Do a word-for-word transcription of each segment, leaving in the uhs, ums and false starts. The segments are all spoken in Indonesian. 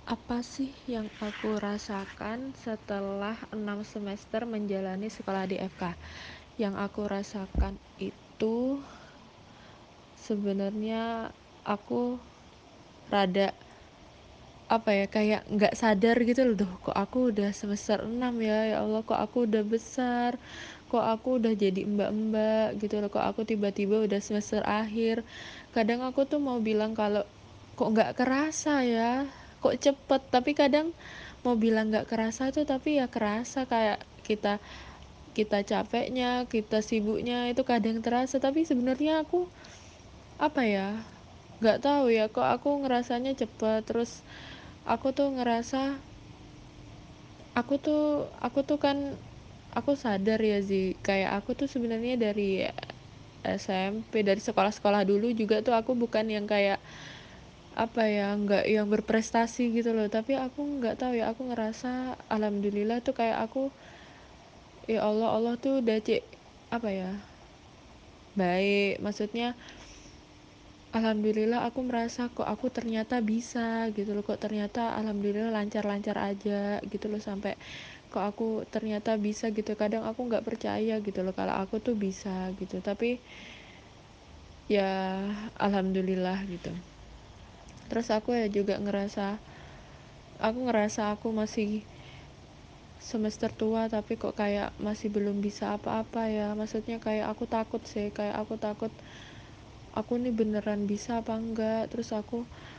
Apa sih yang aku rasakan setelah enam semester menjalani sekolah di F K? Yang aku rasakan itu sebenarnya aku rada apa ya, kayak nggak sadar gitu loh, duh kok aku udah semester enam ya, ya Allah kok aku udah besar, kok aku udah jadi mbak-mbak gitu loh, kok aku tiba-tiba udah semester akhir. Kadang aku tuh mau bilang kalau kok nggak kerasa ya, kok cepet, tapi kadang mau bilang nggak kerasa tuh tapi ya kerasa, kayak kita kita capeknya, kita sibuknya itu kadang terasa, tapi sebenarnya aku apa ya, nggak tahu ya, kok aku ngerasanya cepet. Terus aku tuh ngerasa aku tuh aku tuh kan aku sadar ya Zi, kayak aku tuh sebenarnya dari S M P, dari sekolah-sekolah dulu juga tuh aku bukan yang kayak apa ya, nggak yang berprestasi gitu loh, tapi aku nggak tahu ya, aku ngerasa alhamdulillah tuh kayak aku, ya Allah, Allah tuh udah cek apa ya, baik, maksudnya alhamdulillah aku merasa kok aku ternyata bisa gitu loh, kok ternyata alhamdulillah lancar-lancar aja gitu loh, sampai kok aku ternyata bisa gitu. Kadang aku nggak percaya gitu loh kalau aku tuh bisa gitu, tapi ya alhamdulillah gitu. Terus aku ya juga ngerasa aku ngerasa aku masih semester tua tapi kok kayak masih belum bisa apa-apa ya, maksudnya kayak aku takut sih, kayak aku takut aku nih beneran bisa apa enggak. Terus aku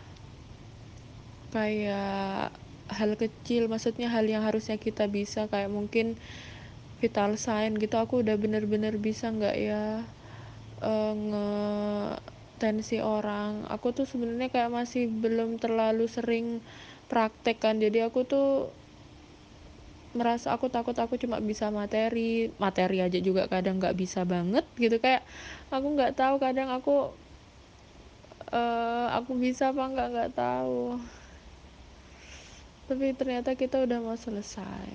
kayak hal kecil, maksudnya hal yang harusnya kita bisa, kayak mungkin vital sign gitu, aku udah bener-bener bisa nggak ya, uh, nge tensi orang. Aku tuh sebenarnya kayak masih belum terlalu sering praktek kan, jadi aku tuh merasa aku takut aku cuma bisa materi materi aja juga kadang nggak bisa banget gitu, kayak aku nggak tahu kadang aku uh, aku bisa apa nggak nggak tahu, tapi ternyata kita udah mau selesai.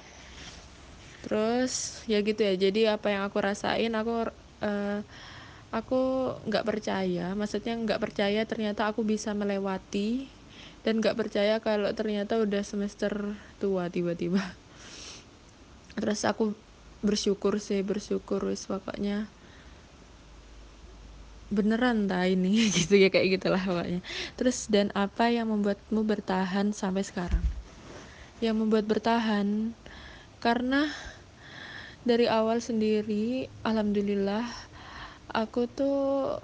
Terus ya gitu ya, jadi apa yang aku rasain, aku uh, aku nggak percaya, maksudnya nggak percaya ternyata aku bisa melewati, dan nggak percaya kalau ternyata udah semester tua tiba-tiba. Terus aku bersyukur sih, bersyukur wis pokoknya beneran dah ini gitu ya, kayak gitulah pokoknya. Terus dan apa yang membuatmu bertahan sampai sekarang? Yang membuat bertahan karena dari awal sendiri alhamdulillah aku tuh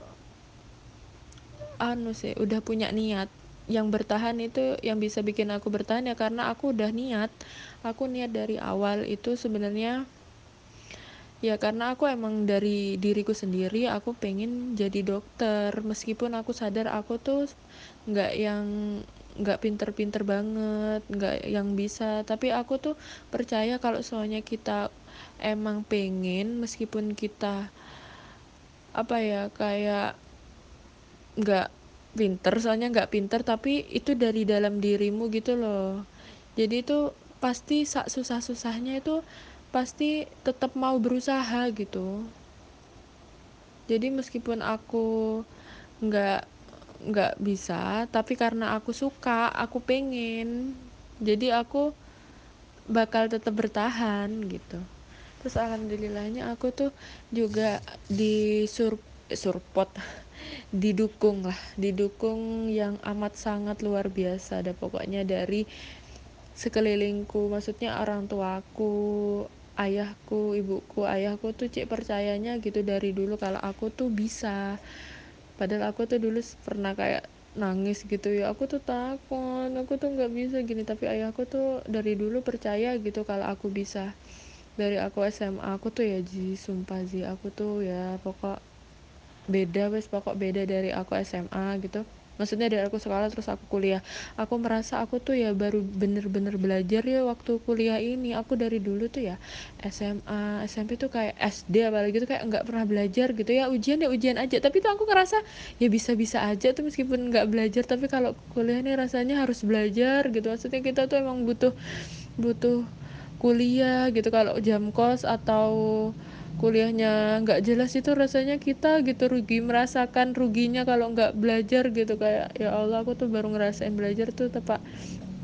anu sih udah punya niat. Yang bertahan itu, yang bisa bikin aku bertahan ya karena aku udah niat. Aku niat dari awal itu sebenarnya ya karena aku emang dari diriku sendiri aku pengen jadi dokter, meskipun aku sadar aku tuh nggak yang nggak pinter-pinter banget, nggak yang bisa, tapi aku tuh percaya kalau soalnya kita emang pengen, meskipun kita apa ya, kayak nggak pinter, soalnya nggak pinter tapi itu dari dalam dirimu gitu loh, jadi itu pasti susah-susahnya itu pasti tetap mau berusaha gitu. Jadi meskipun aku nggak nggak bisa, tapi karena aku suka, aku pengen, jadi aku bakal tetap bertahan gitu. Terus alhamdulillahnya aku tuh juga disur surpot didukung lah, didukung yang amat sangat luar biasa ada pokoknya dari sekelilingku, maksudnya orang tuaku, ayahku, ibuku, ayahku tuh cek percayanya gitu dari dulu kalau aku tuh bisa. Padahal aku tuh dulu pernah kayak nangis gitu ya, aku tuh takut, aku tuh nggak bisa gini, tapi ayahku tuh dari dulu percaya gitu kalau aku bisa. Dari aku S M A aku tuh ya Ji, sumpah Ji, aku tuh ya pokok beda wes, pokok beda dari aku S M A gitu, maksudnya dari aku sekolah terus aku kuliah, aku merasa aku tuh ya baru bener-bener belajar ya waktu kuliah ini. Aku dari dulu tuh ya S M A S M P tuh kayak S D apalagi tuh kayak nggak pernah belajar gitu ya, ujian ya ujian aja, tapi tuh aku ngerasa ya bisa-bisa aja tuh meskipun nggak belajar, tapi kalau kuliah nih rasanya harus belajar gitu, maksudnya kita tuh emang butuh butuh kuliah gitu. Kalau jam kos atau kuliahnya nggak jelas itu rasanya kita gitu rugi, merasakan ruginya kalau nggak belajar gitu, kayak ya Allah aku tuh baru ngerasain belajar tuh tepat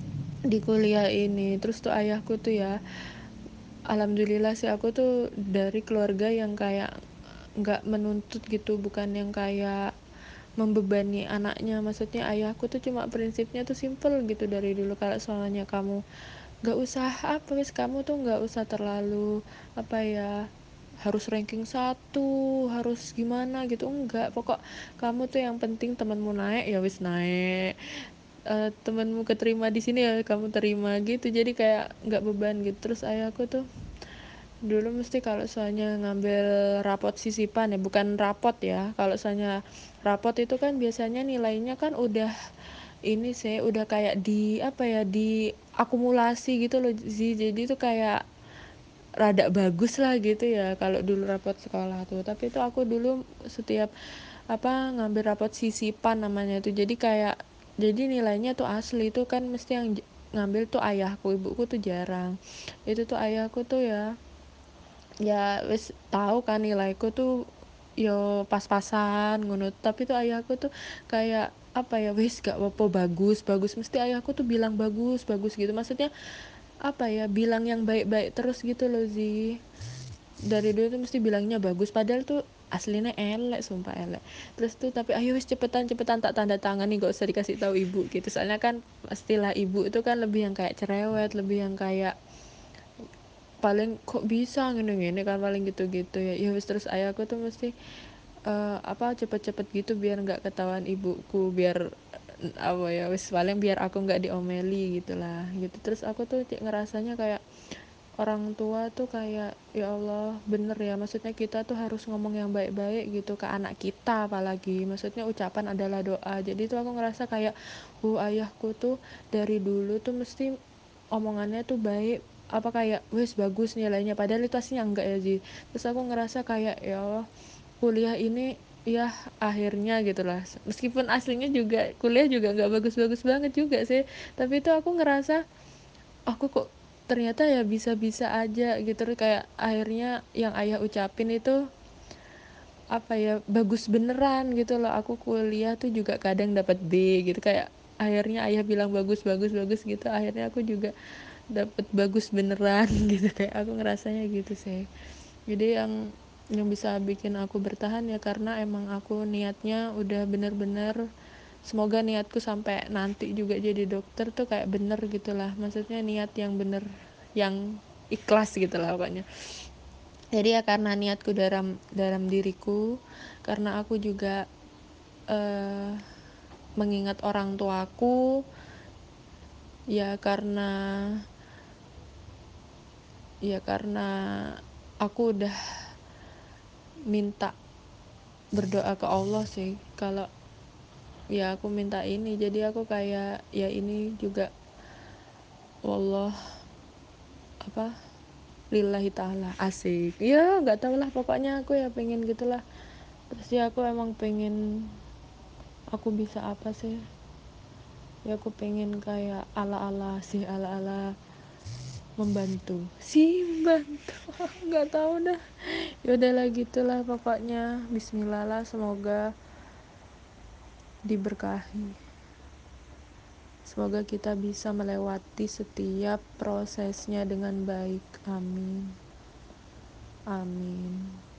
di kuliah ini. Terus tuh ayahku tuh ya, alhamdulillah sih aku tuh dari keluarga yang kayak nggak menuntut gitu, bukan yang kayak membebani anaknya. Maksudnya ayahku tuh cuma prinsipnya tuh simple gitu dari dulu, kalau soalnya kamu nggak usah apa wis, kamu tuh nggak usah terlalu apa ya, harus ranking satu, harus gimana gitu, enggak, pokok kamu tuh yang penting temanmu naik ya wis naik, uh, temanmu keterima di sini ya kamu terima gitu, jadi kayak nggak beban gitu. Terus ayahku tuh dulu mesti kalau soalnya ngambil rapot sisipan ya, bukan rapot ya, kalau soalnya rapot itu kan biasanya nilainya kan udah ini sih, udah kayak di apa ya, di akumulasi gitu loh sih, jadi itu kayak rada bagus lah gitu ya kalau dulu rapot sekolah tuh. Tapi itu aku dulu setiap apa ngambil rapot sisipan namanya tuh, jadi kayak jadi nilainya tuh asli tuh kan mesti yang ngambil tuh ayahku, ibuku tuh jarang. Itu tuh ayahku tuh ya ya wis tahu kan nilaiku tuh yo pas-pasan ngono, tapi tuh ayahku tuh kayak apa ya, wis gak apa-apa, bagus bagus, mesti ayahku tuh bilang bagus bagus gitu, maksudnya apa ya, bilang yang baik-baik terus gitu loh Zi. Dari dulu tuh mesti bilangnya bagus, padahal tuh aslinya elek, sumpah elek. Terus tuh tapi ayo wis cepetan cepetan tak tanda tangan nih, gak usah dikasih tahu ibu gitu, soalnya kan pastilah ibu itu kan lebih yang kayak cerewet, lebih yang kayak paling kok bisa gini-gini kan, paling gitu-gitu ya. Ya wis, terus ayahku tuh mesti uh, apa cepet-cepet gitu biar nggak ketahuan ibuku, biar apa ya wis, paling biar aku nggak diomeli gitulah gitu. Terus aku tuh ngerasanya kayak orang tua tuh kayak ya Allah bener ya, maksudnya kita tuh harus ngomong yang baik-baik gitu ke anak kita, apalagi maksudnya ucapan adalah doa. Jadi tuh aku ngerasa kayak uh ayahku tuh dari dulu tuh mesti omongannya tuh baik, apa kayak wes bagus nilainya, padahal itu aslinya enggak ya Ji. Terus aku ngerasa kayak ya Allah, kuliah ini ya akhirnya gitulah, meskipun aslinya juga kuliah juga nggak bagus-bagus banget juga sih, tapi itu aku ngerasa aku kok ternyata ya bisa-bisa aja gitu, kayak akhirnya yang ayah ucapin itu apa ya, bagus beneran gitu loh. Aku kuliah tuh juga kadang dapat B gitu, kayak akhirnya ayah bilang bagus bagus bagus gitu, akhirnya aku juga dapat bagus beneran gitu, kayak aku ngerasanya gitu sih. Jadi yang yang bisa bikin aku bertahan ya karena emang aku niatnya udah bener-bener, semoga niatku sampai nanti juga jadi dokter tuh kayak bener gitulah, maksudnya niat yang bener, yang ikhlas gitulah pokoknya. Jadi ya karena niatku dalam dalam diriku, karena aku juga uh, mengingat orang tuaku, ya karena ya karena aku udah minta, berdoa ke Allah sih, kalau ya aku minta ini, jadi aku kayak ya ini juga wallah apa lillahi ta'ala, asik ya, nggak tau lah pokoknya aku ya pengen gitulah. Terus ya aku emang pengen, aku bisa apa sih ya, aku pengen kayak ala-ala sih, ala-ala membantu sih, membantu nggak tahu dah, ya udahlah gitulah pokoknya. Bismillah lah, semoga diberkahi, semoga kita bisa melewati setiap prosesnya dengan baik, amin amin.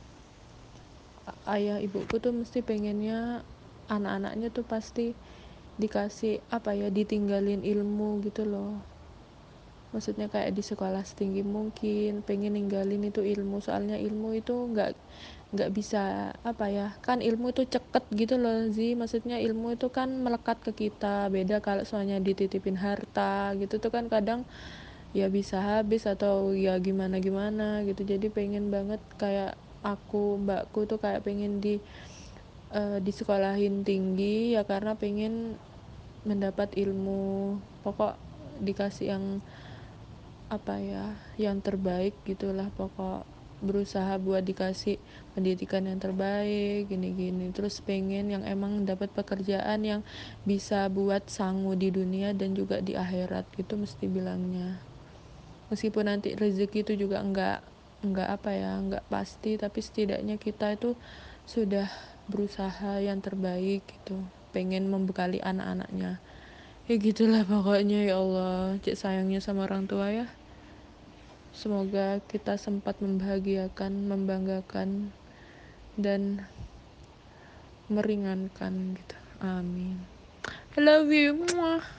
Ayah ibuku tuh mesti pengennya anak-anaknya tuh pasti dikasih apa ya, ditinggalin ilmu gitu loh, maksudnya kayak di sekolah setinggi mungkin, pengen ninggalin itu ilmu, soalnya ilmu itu nggak nggak bisa apa ya, kan ilmu itu ceket gitu loh Zi, maksudnya ilmu itu kan melekat ke kita, beda kalau soalnya dititipin harta gitu tuh kan kadang ya bisa habis atau ya gimana gimana gitu. Jadi pengen banget kayak aku, mbakku tuh kayak pengen di uh, disekolahin tinggi ya karena pengen mendapat ilmu, pokok dikasih yang apa ya, yang terbaik gitulah, pokok berusaha buat dikasih pendidikan yang terbaik gini-gini. Terus pengen yang emang dapat pekerjaan yang bisa buat sangu di dunia dan juga di akhirat gitu mesti bilangnya, meskipun nanti rezeki itu juga enggak enggak apa ya, enggak pasti, tapi setidaknya kita itu sudah berusaha yang terbaik gitu, pengen membekali anak-anaknya Ya gitulah pokoknya, ya Allah, cek sayangnya sama orang tua ya. Semoga kita sempat membahagiakan, membanggakan, dan meringankan gitu. Amin. I love you. Muah.